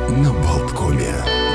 на Болткоме.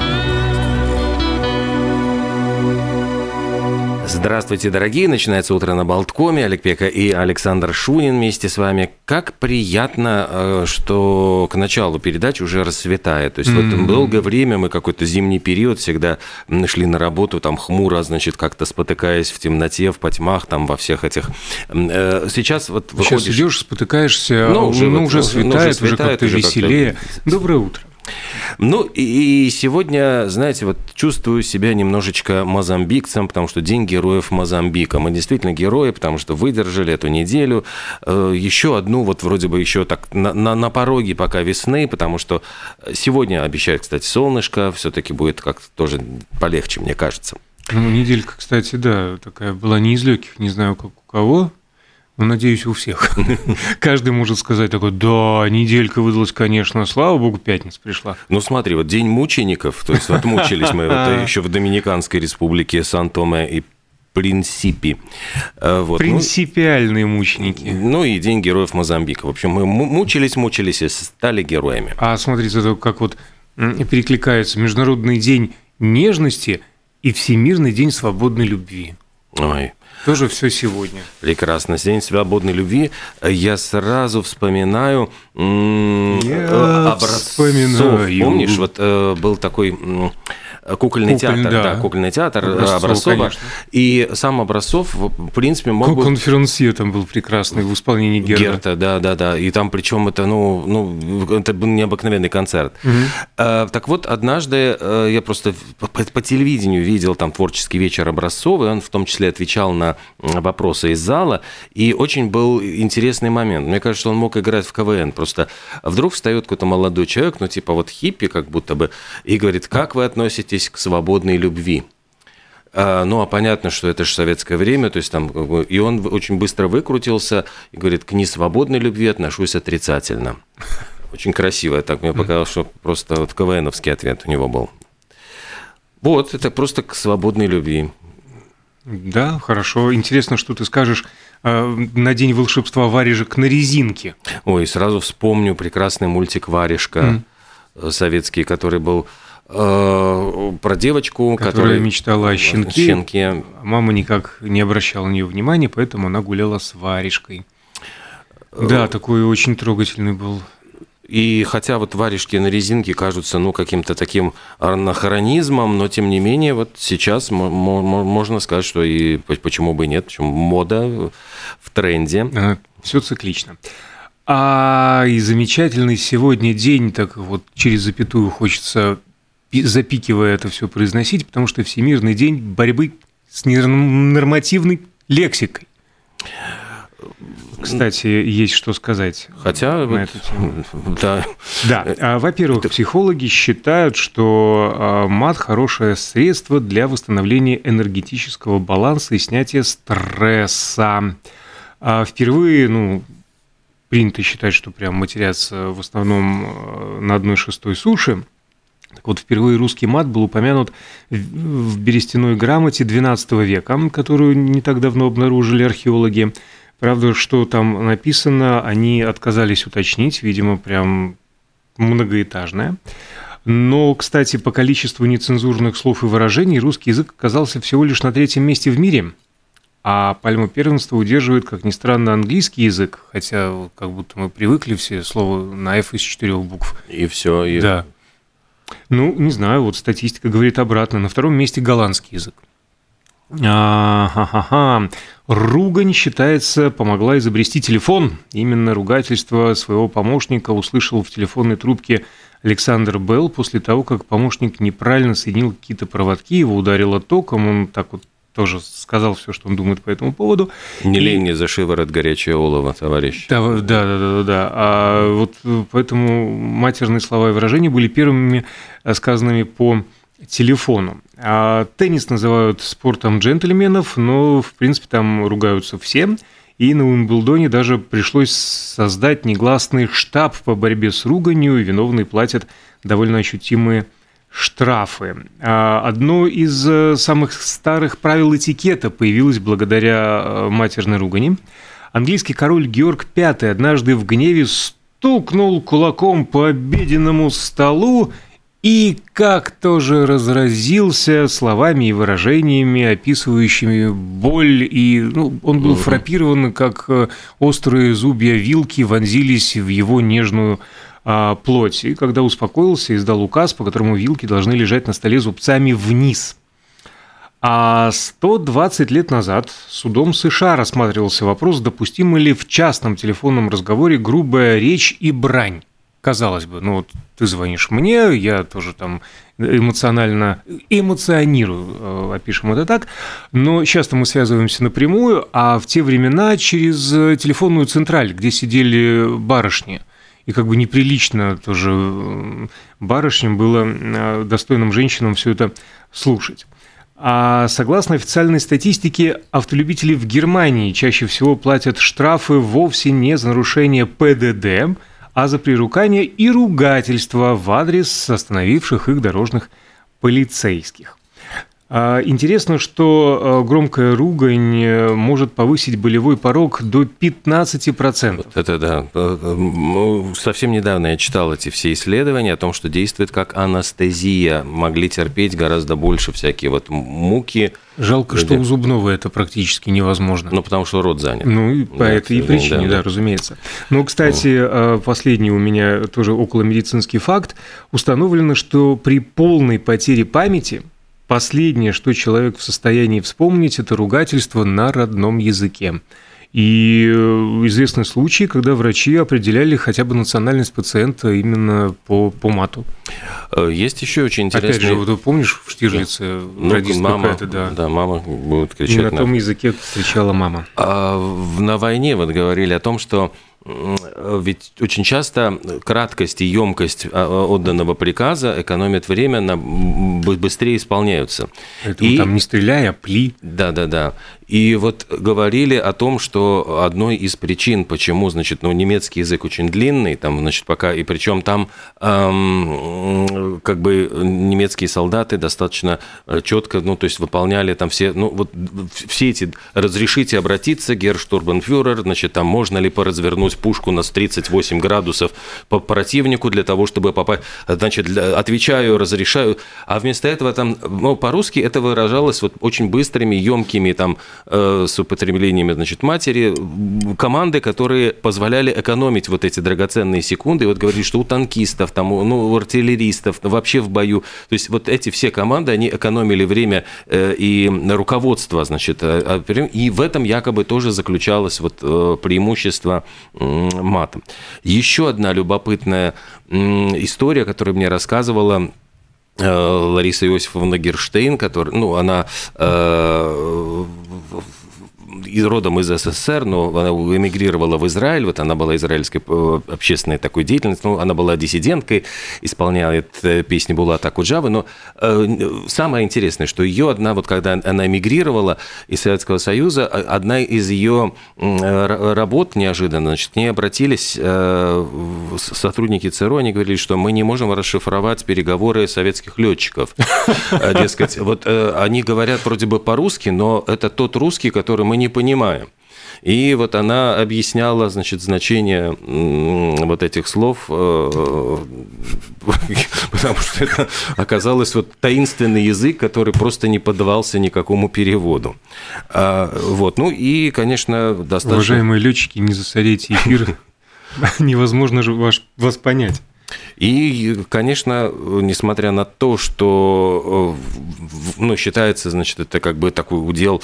Здравствуйте, дорогие! Начинается утро на Болткоме. Олег Пека и Александр Шунин вместе с вами. Как приятно, что к началу передачи уже рассветает. То есть вот долгое время мы какой-то зимний период всегда шли на работу там хмуро, значит, как-то спотыкаясь в темноте, в потьмах, там во всех этих... Сейчас вот выходишь... Сейчас идешь, спотыкаешься, уже светает, уже как-то веселее. Доброе утро. Ну, и сегодня, знаете, вот чувствую себя немножечко мозамбикцем, потому что День героев Мозамбика. Мы действительно герои, потому что выдержали эту неделю. Еще одну, вот вроде бы еще так на пороге пока весны, потому что сегодня обещают, кстати, солнышко, все-таки будет как-то тоже полегче, мне кажется. Ну, неделька, кстати, да, такая была не из легких, не знаю, как у кого. Ну, надеюсь, у всех. Каждый может сказать такой: да, неделька выдалась, конечно, слава богу, пятница пришла. Ну, смотри, вот День мучеников, то есть вот мучились мы вот еще в Доминиканской республике Сан-Томе и Принсипи. Вот. Принципиальные мученики. Ну, и День героев Мозамбика. В общем, мы мучились и стали героями. А смотрите, это как вот перекликаются Международный день нежности и Всемирный день свободной любви. Ой. Тоже все сегодня. Прекрасно. День свободной любви. Я сразу вспоминаю образцов. Помнишь, вот был такой кукольный театр Образцова. Конечно. И сам Образцов, в принципе, мог бы... Конферансье там был прекрасный в исполнении Герта. Да. И там, причем это, это был необыкновенный концерт. Так вот, однажды я просто по телевидению видел там творческий вечер Образцова, и он в том числе отвечал на вопросы из зала, и очень был интересный момент. Мне кажется, что он мог играть в КВН. Просто вдруг встает какой-то молодой человек, типа вот хиппи как будто бы, и говорит: как вы относитесь к свободной любви? А понятно, что это же советское время, то есть там, и он очень быстро выкрутился и говорит: к несвободной любви отношусь отрицательно. Очень красиво. Так мне показалось, что просто вот КВНовский ответ у него был. Вот, это просто к свободной любви. Да, хорошо. Интересно, что ты скажешь на День волшебства варежек на резинке. Ой, сразу вспомню прекрасный мультик «Варежка» советский, который был про девочку, которая мечтала о щенке. Мама никак не обращала на нее внимания, поэтому она гуляла с варежкой. Да, такой очень трогательный был. И хотя вот варежки на резинке кажутся, каким-то таким анахронизмом, но тем не менее вот сейчас можно сказать, что и почему бы и нет, почему мода в тренде. Все циклично. И замечательный сегодня день, так вот через запятую хочется, запикивая это все, произносить, потому что Всемирный день борьбы с ненормативной лексикой. Кстати, есть что сказать. Хотя на эту тему. Да. Во-первых, психологи считают, что мат – хорошее средство для восстановления энергетического баланса и снятия стресса. Впервые, принято считать, что прям матерятся в основном на 1/6 суши. Так вот, впервые русский мат был упомянут в берестяной грамоте XII века, которую не так давно обнаружили археологи. Правда, что там написано, они отказались уточнить, видимо, прям многоэтажное. Но, кстати, по количеству нецензурных слов и выражений русский язык оказался всего лишь на 3-м месте в мире. А пальму первенства удерживает, как ни странно, английский язык, хотя как будто мы привыкли все слово на F из 4 букв. И все. Да. Не знаю, вот статистика говорит обратно. На 2-м месте голландский язык. Ругань, считается, помогла изобрести телефон. Именно ругательство своего помощника услышал в телефонной трубке Александр Белл после того, как помощник неправильно соединил какие-то проводки, его ударило током, он так вот тоже сказал все, что он думает по этому поводу. Не лень мне за шиворот горячее олово, товарищ. Да. Вот поэтому матерные слова и выражения были первыми сказанными по телефону. Теннис называют спортом джентльменов, но, в принципе, там ругаются все. И на Уимблдоне даже пришлось создать негласный штаб по борьбе с руганью, и виновные платят довольно ощутимые штрафы. Одно из самых старых правил этикета появилось благодаря матерной ругани. Английский король Георг V однажды в гневе стукнул кулаком по обеденному столу И как тоже разразился словами и выражениями, описывающими боль, и он был фраппирован, как острые зубья вилки вонзились в его нежную плоть. И когда успокоился, издал указ, по которому вилки должны лежать на столе зубцами вниз. А 120 лет назад судом США рассматривался вопрос, допустима ли в частном телефонном разговоре грубая речь и брань. Казалось бы, ты звонишь мне, я тоже там эмоционирую, опишем это так, но часто мы связываемся напрямую, а в те времена через телефонную централь, где сидели барышни, и как бы неприлично тоже барышням было, достойным женщинам все это слушать. А согласно официальной статистике, автолюбители в Германии чаще всего платят штрафы вовсе не за нарушение ПДД, а за пререкание и ругательство в адрес остановивших их дорожных полицейских. Интересно, что громкая ругань может повысить болевой порог до 15%. Вот это да. Совсем недавно я читал эти все исследования о том, что действует как анестезия. Могли терпеть гораздо больше всякие муки. Жалко, что у зубного это практически невозможно. Потому что рот занят. И по этой причине, да, разумеется. Но, кстати, последний у меня тоже околомедицинский факт. Установлено, что при полной потере памяти последнее, что человек в состоянии вспомнить, это ругательство на родном языке. И известны случаи, когда врачи определяли хотя бы национальность пациента именно по мату. Есть еще очень интересный... Опять же, ты помнишь в Штирлице радистка какая-то, да? Да, мама будет кричать. Не на том языке кричала мама. На войне говорили о том, что ведь очень часто краткость и емкость отданного приказа экономят время, быстрее исполняются. Поэтому там не стреляй, а пли. Да. И говорили о том, что одной из причин, почему, немецкий язык очень длинный, пока, и причем там немецкие солдаты достаточно четко, выполняли там все, все эти «разрешите обратиться, геррштурбанфюрер», там можно ли поразвернуть пушку на 38 градусов по противнику для того, чтобы попасть, отвечаю, разрешаю, а вместо этого по-русски это выражалось очень быстрыми, емкими с употреблениями, матери, команды, которые позволяли экономить эти драгоценные секунды. И говорили, что у танкистов, у артиллеристов, вообще в бою. То есть эти все команды, они экономили время и руководство, и в этом якобы тоже заключалось преимущество мата. Еще одна любопытная история, которую мне рассказывала Лариса Иосифовна Герштейн, которая, она родом из СССР, но она эмигрировала в Израиль, она была израильской общественной такой деятельностью, она была диссиденткой, исполняет песни Булата Акуджавы, но самое интересное, что ее когда она эмигрировала из Советского Союза, одна из ее работ неожиданно, к ней обратились сотрудники ЦРУ, они говорили, что мы не можем расшифровать переговоры советских летчиков. Дескать, они говорят вроде бы по-русски, но это тот русский, который мы не понимаем. И она объясняла, значение этих слов, потому что это оказалось таинственный язык, который просто не поддавался никакому переводу. И, конечно, достаточно... Уважаемые летчики, не засорите эфир, невозможно же вас понять. И, конечно, несмотря на то, что считается, это такой удел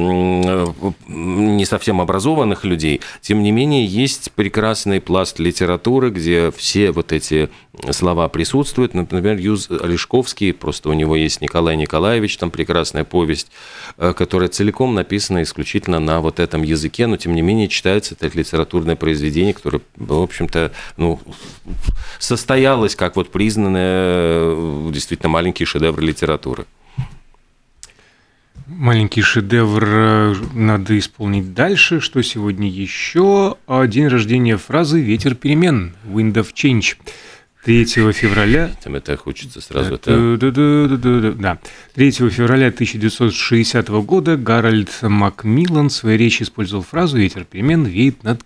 не совсем образованных людей, тем не менее есть прекрасный пласт литературы, где все эти слова присутствуют. Например, Юз Олешковский, просто у него есть Николай Николаевич, там прекрасная повесть, которая целиком написана исключительно на этом языке, но тем не менее читается это литературное произведение, которое, в общем-то, состоялось как признанное действительно маленький шедевр литературы. Маленький шедевр надо исполнить дальше. Что сегодня еще? День рождения фразы «Ветер перемен» Wind of Change. 3 февраля... Это хочется сразу... Да. 3 февраля 1960 года Гарольд Макмиллан в своей речи использовал фразу «Ветер перемен веет над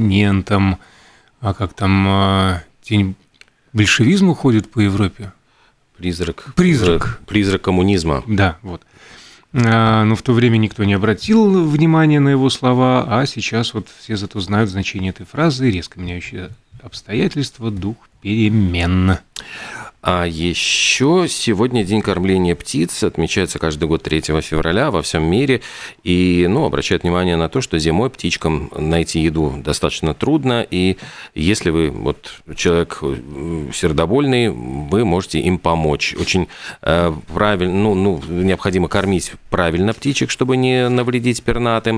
континентом». А как там тень большевизма ходит по Европе? Призрак коммунизма. Да, вот. Но в то время никто не обратил внимания на его слова, а сейчас вот все зато знают значение этой фразы, резко меняющие обстоятельства, дух перемен. А еще сегодня День кормления птиц, отмечается каждый год 3 февраля во всем мире, и обращает внимание на то, что зимой птичкам найти еду достаточно трудно, и если вы человек сердобольный, вы можете им помочь. Очень правильно, необходимо кормить правильно птичек, чтобы не навредить пернатым,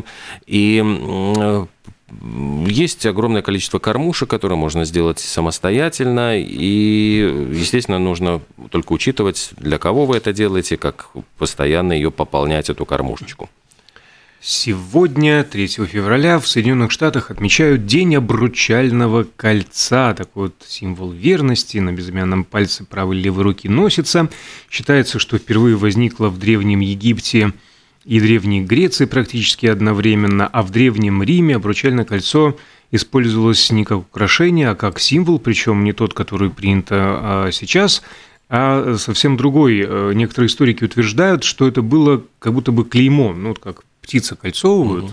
и есть огромное количество кормушек, которые можно сделать самостоятельно, и, естественно, нужно только учитывать, для кого вы это делаете, как постоянно ее пополнять, эту кормушечку. Сегодня, 3 февраля, в Соединенных Штатах отмечают День обручального кольца. Такой вот символ верности на безымянном пальце правой и левой руки носится. Считается, что впервые возникло в Древнем Египте и Древней Греции практически одновременно, а в Древнем Риме обручальное кольцо использовалось не как украшение, а как символ, причем не тот, который принято сейчас, а совсем другой. Некоторые историки утверждают, что это было как будто бы клеймо, как птица кольцовывают.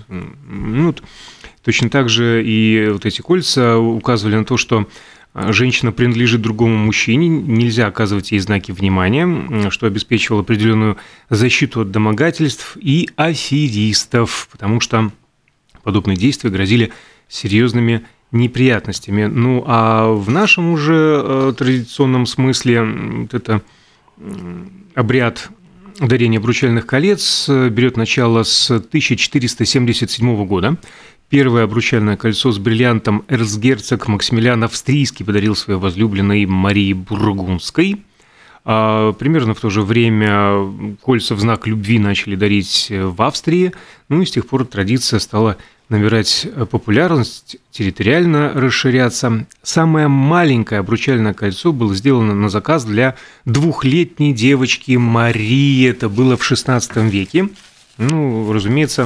Точно так же и вот эти кольца указывали на то, что женщина принадлежит другому мужчине, нельзя оказывать ей знаки внимания, что обеспечивало определенную защиту от домогательств и аферистов, потому что подобные действия грозили серьезными неприятностями. А в нашем уже традиционном смысле вот это обряд дарения обручальных колец берет начало с 1477 года. Первое обручальное кольцо с бриллиантом эрцгерцог Максимилиан Австрийский подарил своей возлюбленной Марии Бургундской. Примерно в то же время кольца в знак любви начали дарить в Австрии, и с тех пор традиция стала набирать популярность, территориально расширяться. Самое маленькое обручальное кольцо было сделано на заказ для 2-летней девочки Марии. Это было в XVI веке. Разумеется,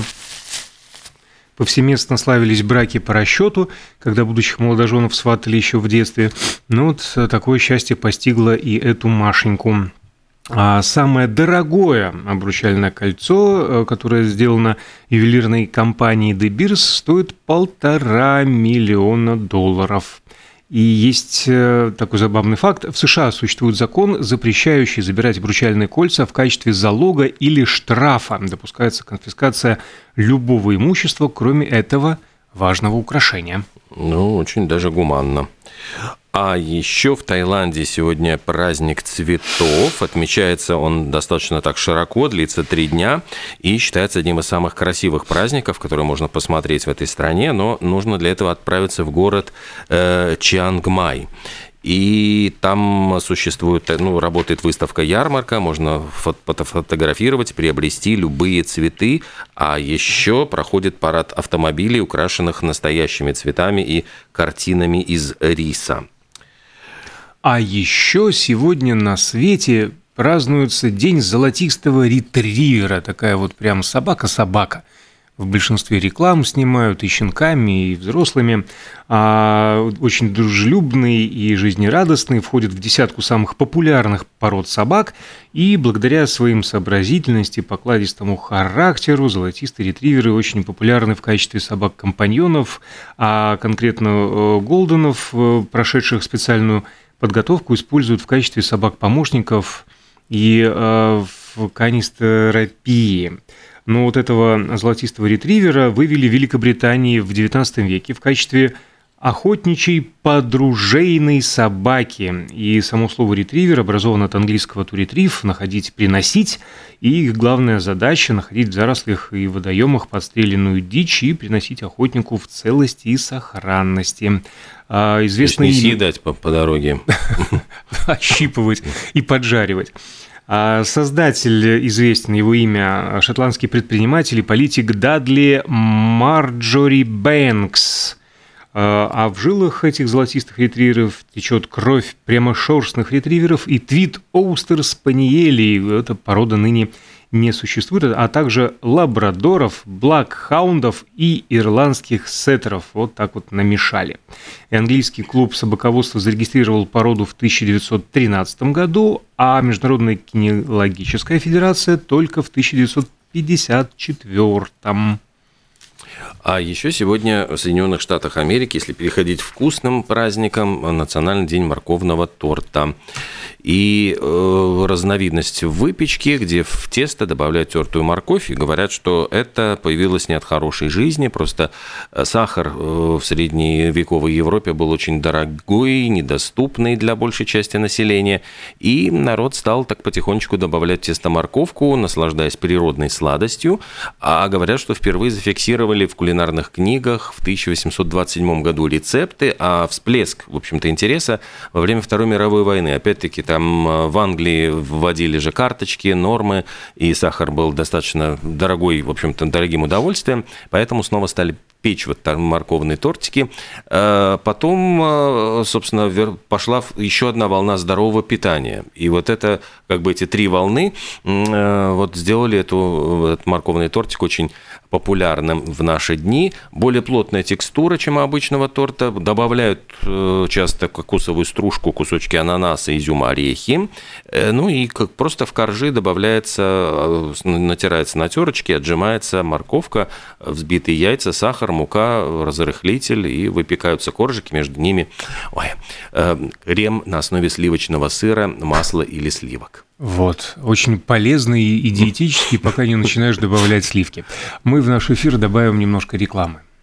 повсеместно славились браки по расчету, когда будущих молодоженов сватали еще в детстве. Такое счастье постигло и эту Машеньку. А самое дорогое обручальное кольцо, которое сделано ювелирной компанией De Beers, стоит $1,5 миллиона. И есть такой забавный факт. В США существует закон, запрещающий забирать обручальные кольца в качестве залога или штрафа. Допускается конфискация любого имущества, кроме этого важного украшения. Очень даже гуманно. А еще в Таиланде сегодня праздник цветов. Отмечается он достаточно так широко, длится 3 дня. И считается одним из самых красивых праздников, которые можно посмотреть в этой стране. Но нужно для этого отправиться в город Чиангмай. И там существует, работает выставка-ярмарка, можно фотографировать, приобрести любые цветы, а еще проходит парад автомобилей, украшенных настоящими цветами и картинами из риса. А еще сегодня на свете празднуется День золотистого ретривера, такая вот прям собака-собака. В большинстве реклам снимают и щенками, и взрослыми. Очень дружелюбный и жизнерадостный, входит в 10 самых популярных пород собак. И благодаря своим сообразительности, покладистому характеру, золотистые ретриверы очень популярны в качестве собак-компаньонов, а конкретно голденов, прошедших специальную подготовку, используют в качестве собак-помощников и в канистерапии. Но этого золотистого ретривера вывели в Великобритании в XIX веке в качестве охотничьей подружейной собаки. И само слово ретривер образовано от английского to retrieve – находить, приносить. И их главная задача – находить в зарослях и водоемах подстреленную дичь и приносить охотнику в целости и сохранности. Известный... Не съедать по дороге. Ощипывать и поджаривать. Создатель известен, его имя, шотландский предприниматель и политик Дадли Марджори Бэнкс. А в жилах этих золотистых ретриверов течет кровь прямошерстных ретриверов и твит-оустер-спаниелей. Эта порода ныне не существует, а также лабрадоров, блэкхаундов и ирландских сеттеров. Вот так вот намешали. И английский клуб собаководства зарегистрировал породу в 1913 году, а Международная кинологическая федерация только в 1954. А еще сегодня в Соединенных Штатах Америки, если переходить к вкусным праздникам, Национальный день морковного торта. И разновидность выпечки, где в тесто добавляют тертую морковь, и говорят, что это появилось не от хорошей жизни, просто сахар в средневековой Европе был очень дорогой, недоступный для большей части населения, и народ стал так потихонечку добавлять в тесто морковку, наслаждаясь природной сладостью, а говорят, что впервые зафиксировали в кулинарных книгах в 1827 году рецепты, а всплеск, в общем-то, интереса во время Второй мировой войны. Опять-таки, там в Англии вводили же карточки, нормы, и сахар был достаточно дорогой, в общем-то, дорогим удовольствием, поэтому снова стали печь вот там морковные тортики. Потом, собственно, пошла еще одна волна здорового питания. И вот это, как бы эти три волны вот сделали этот морковный тортик очень популярным в наши дни. Более плотная текстура, чем у обычного торта. Добавляют часто кокосовую стружку, кусочки ананаса, изюма, орехи. Ну и как просто в коржи добавляется, натирается на терочке, отжимается морковка, взбитые яйца, сахар, мука, разрыхлитель, и выпекаются коржики, между ними крем на основе сливочного сыра, масла или сливок. Вот, очень полезный и диетический, пока не начинаешь добавлять сливки. Мы в наш эфир добавим немножко рекламы.